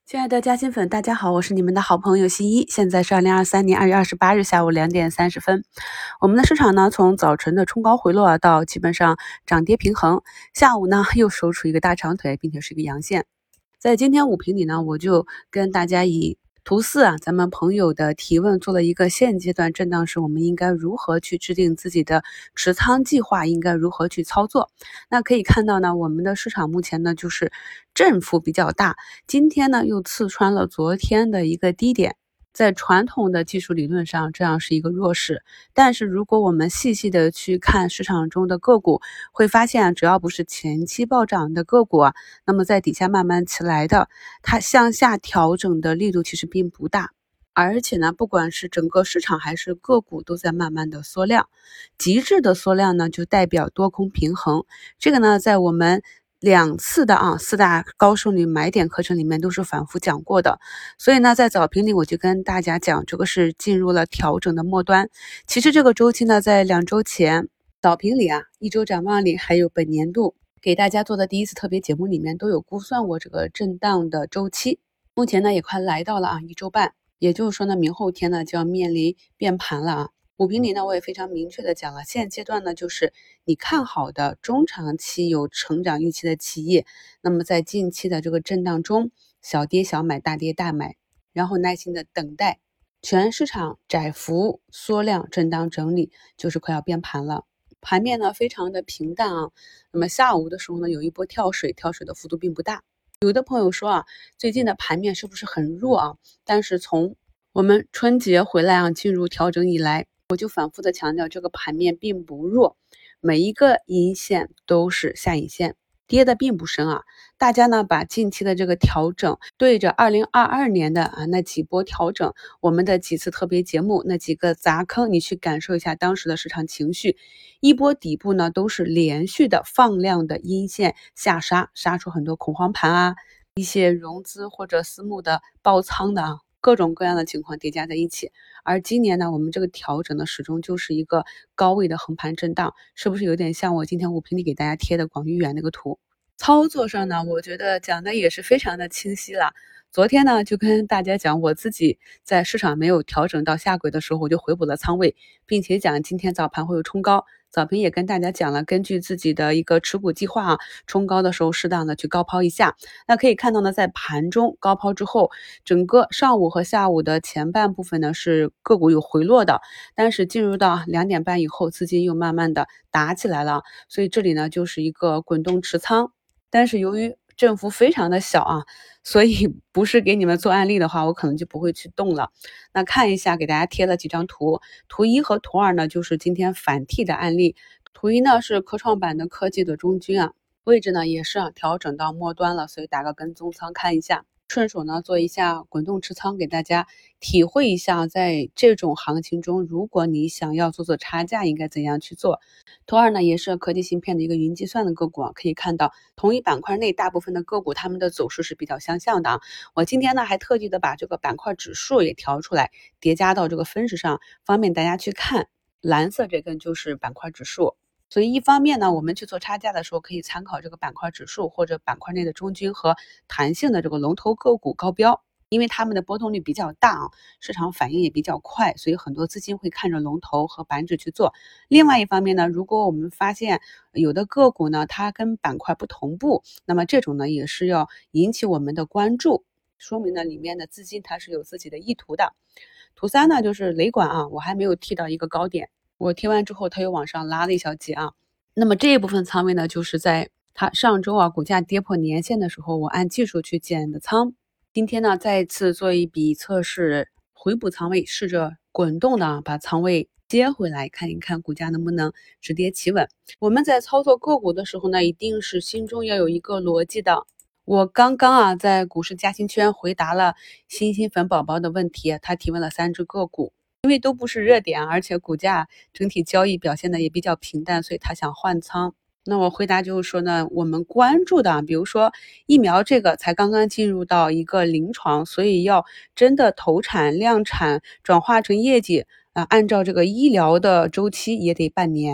亲爱的嘉兴粉，大家好，我是你们的好朋友新一。现在是2023年2月28日下午2点30分。我们的市场呢，从早晨的冲高回落到基本上涨跌平衡，下午呢又收出一个大长腿，并且是一个阳线。在今天午评里呢，我就跟大家以图4咱们朋友的提问做了一个现阶段震荡时我们应该如何去制定自己的持仓计划，应该如何去操作。那可以看到呢，我们的市场目前呢就是振幅比较大，今天呢又刺穿了昨天的一个低点。在传统的技术理论上，这样是一个弱势，但是如果我们细细的去看市场中的个股，会发现只要不是前期暴涨的个股那么在底下慢慢起来的，它向下调整的力度其实并不大。而且呢，不管是整个市场还是个股都在慢慢的缩量，极致的缩量呢就代表多空平衡。这个呢，在我们2次的4大高胜率买点课程里面都是反复讲过的。所以呢，在早评里我就跟大家讲，这个是进入了调整的末端。其实这个周期呢，在2周前早评里1周展望里，还有本年度给大家做的第1次特别节目里面都有估算过这个震荡的周期。目前呢，也快来到了1周半，也就是说呢，明后天呢就要面临变盘了午评里呢，我也非常明确的讲了，现阶段呢，就是你看好的中长期有成长预期的企业，那么在近期的这个震荡中，小跌小买，大跌大买，然后耐心的等待全市场窄幅缩量震荡整理，就是快要变盘了。盘面呢非常的平淡那么下午的时候呢，有一波跳水的幅度并不大。有的朋友说最近的盘面是不是很弱但是从我们春节回来进入调整以来，我就反复的强调，这个盘面并不弱，每一个阴线都是下影线，跌的并不深大家呢把近期的这个调整对着2022年的那几波调整，我们的几次特别节目那几个砸坑，你去感受一下当时的市场情绪。一波底部呢都是连续的放量的阴线下杀，杀出很多恐慌盘一些融资或者私募的爆仓的各种各样的情况叠加在一起。而今年呢，我们这个调整呢始终就是一个高位的横盘震荡，是不是有点像我今天午评里给大家贴的广誉源那个图？操作上呢，我觉得讲的也是非常的清晰了。昨天呢，就跟大家讲，我自己在市场没有调整到下轨的时候，我就回补了仓位，并且讲今天早盘会有冲高。早评也跟大家讲了，根据自己的一个持股计划冲高的时候适当的去高抛一下。那可以看到呢，在盘中高抛之后，整个上午和下午的前半部分呢是个股有回落的，但是进入到2点半以后，资金又慢慢的打起来了，所以这里呢就是一个滚动持仓。但是由于振幅非常的小所以不是给你们做案例的话，我可能就不会去动了。那看一下，给大家贴了几张图，图1和图2呢，就是今天反 T 的案例。图1呢是科创板的科技的中军位置呢也是调整到末端了，所以打个跟踪仓看一下。顺手呢做一下滚动持仓，给大家体会一下，在这种行情中，如果你想要做差价，应该怎样去做。图2呢也是科技芯片的一个云计算的个股可以看到同一板块内大部分的个股它们的走势是比较相像的我今天呢还特地的把这个板块指数也调出来，叠加到这个分时上，方便大家去看。蓝色这根就是板块指数。所以一方面呢，我们去做差价的时候，可以参考这个板块指数或者板块内的中军和弹性的这个龙头个股高标，因为它们的波动率比较大市场反应也比较快，所以很多资金会看着龙头和板指去做。另外一方面呢，如果我们发现有的个股呢，它跟板块不同步，那么这种呢也是要引起我们的关注，说明呢里面的资金它是有自己的意图的。图3呢就是雷管我还没有踢到一个高点。我贴完之后，它又往上拉了一小截那么这一部分仓位呢，就是在它上周股价跌破年线的时候，我按技术去减的仓。今天呢，再次做一笔测试，回补仓位，试着滚动的把仓位接回来，看一看股价能不能止跌企稳。我们在操作个股的时候呢，一定是心中要有一个逻辑的。我刚刚在股市嘉兴圈回答了新粉宝宝的问题，他提问了3只个股。因为都不是热点，而且股价整体交易表现的也比较平淡，所以他想换仓。那我回答就是说呢，我们关注的比如说疫苗这个才刚刚进入到一个临床，所以要真的投产量产转化成业绩按照这个医疗的周期也得半年。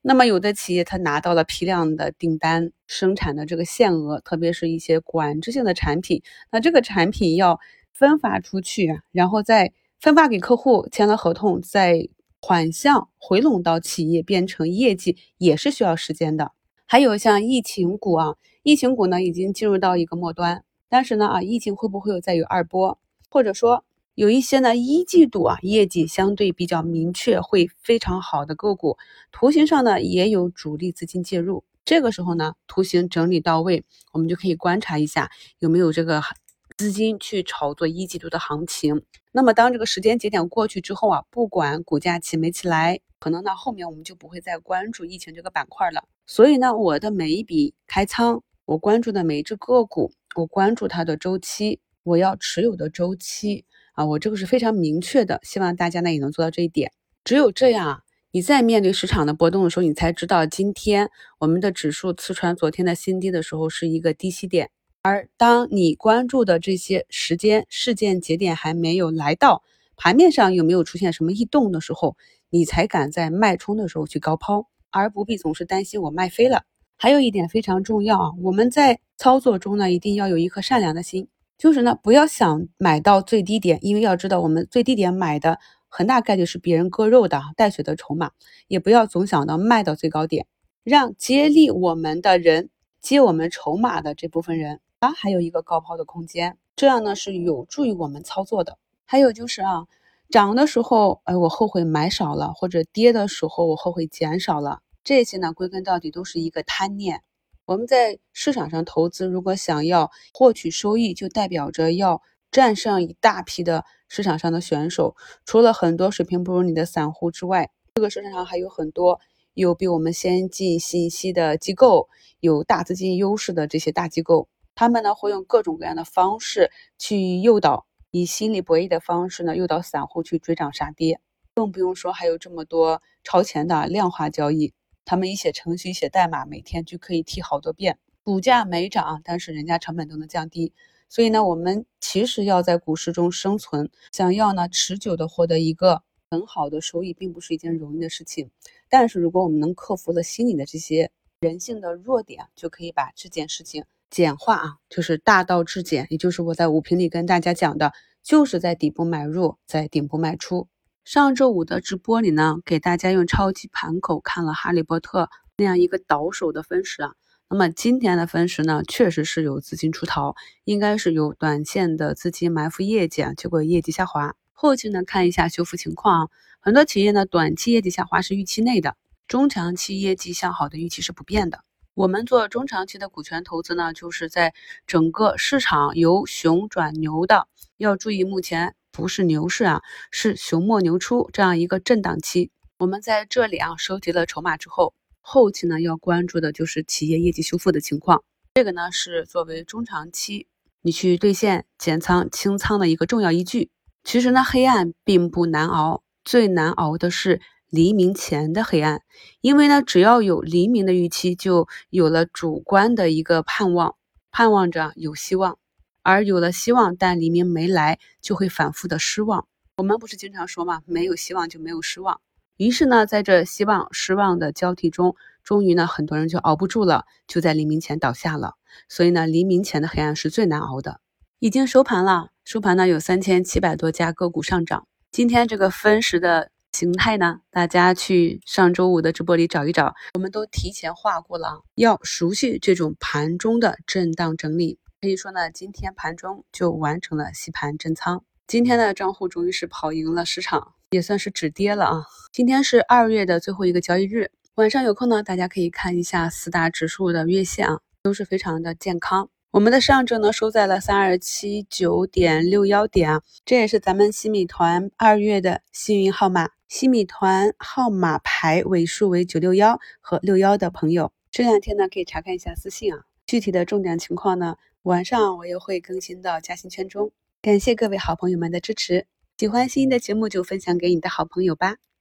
那么有的企业它拿到了批量的订单，生产的这个限额，特别是一些管制性的产品，那这个产品要分发出去，然后再分发给客户，签了合同，再款项回笼到企业变成业绩，也是需要时间的。还有像疫情股疫情股呢已经进入到一个末端，但是呢疫情会不会再有二波，或者说有一些呢一季度业绩相对比较明确会非常好的个股，图形上呢也有主力资金介入，这个时候呢图形整理到位，我们就可以观察一下有没有这个资金去炒作一季度的行情。那么当这个时间节点过去之后不管股价起没起来，可能呢后面我们就不会再关注疫情这个板块了。所以呢我的每一笔开仓，我关注的每一只个股，我关注它的周期，我要持有的周期我这个是非常明确的，希望大家呢也能做到这一点。只有这样你在面对市场的波动的时候，你才知道今天我们的指数刺穿昨天的新低的时候是一个低吸点，而当你关注的这些时间事件节点还没有来到，盘面上有没有出现什么异动的时候，你才敢在脉冲的时候去高抛，而不必总是担心我卖飞了。还有一点非常重要我们在操作中呢一定要有一颗善良的心，就是呢不要想买到最低点，因为要知道我们最低点买的很大概率是别人割肉的带血的筹码，也不要总想到卖到最高点，让接力我们的人，接我们筹码的这部分人还有一个高抛的空间，这样呢是有助于我们操作的。还有就是涨的时候我后悔买少了，或者跌的时候我后悔减少了，这些呢归根到底都是一个贪念。我们在市场上投资，如果想要获取收益，就代表着要战胜一大批的市场上的选手，除了很多水平不如你的散户之外，这个市场上还有很多有比我们先进信息的机构，有大资金优势的这些大机构，他们呢会用各种各样的方式去诱导，以心理博弈的方式呢诱导散户去追涨杀跌，更不用说还有这么多超前的量化交易，他们一写程序一写代码，每天就可以提好多遍，股价没涨，但是人家成本都能降低。所以呢我们其实要在股市中生存，想要呢持久的获得一个很好的收益，并不是一件容易的事情。但是如果我们能克服了心理的这些人性的弱点，就可以把这件事情简化就是大道至简，也就是我在午评里跟大家讲的，就是在底部买入，在顶部卖出。上周五的直播里呢，给大家用超级盘口看了哈利波特那样一个倒手的分时那么今天的分时呢，确实是有资金出逃，应该是有短线的资金埋伏业绩结果业绩下滑。后期呢看一下修复情况很多企业呢短期业绩下滑是预期内的，中长期业绩向好的预期是不变的。我们做中长期的股权投资呢，就是在整个市场由熊转牛的，要注意目前不是牛市是熊末牛初这样一个震荡期。我们在这里收集了筹码之后，后期呢要关注的就是企业业绩修复的情况，这个呢是作为中长期你去兑现减仓清仓的一个重要依据。其实呢黑暗并不难熬，最难熬的是黎明前的黑暗，因为呢只要有黎明的预期，就有了主观的一个盼望，盼望着有希望，而有了希望但黎明没来，就会反复的失望。我们不是经常说吗，没有希望就没有失望。于是呢在这希望失望的交替中，终于呢很多人就熬不住了，就在黎明前倒下了。所以呢黎明前的黑暗是最难熬的。已经收盘了，收盘呢有3700多家个股上涨。今天这个分时的形态呢，大家去上周五的直播里找一找，我们都提前画过了要熟悉这种盘中的震荡整理。可以说呢今天盘中就完成了洗盘震仓，今天的账户终于是跑赢了市场，也算是止跌了今天是2月的最后一个交易日，晚上有空呢大家可以看一下4大指数的月线都是非常的健康。我们的上证呢收在了3279.61点这也是咱们新米团2月的幸运号码。新米团号码牌尾数为961和61的朋友，这2天呢可以查看一下私信具体的重点情况呢，晚上我也会更新到嘉兴圈中。感谢各位好朋友们的支持，喜欢新的节目就分享给你的好朋友吧。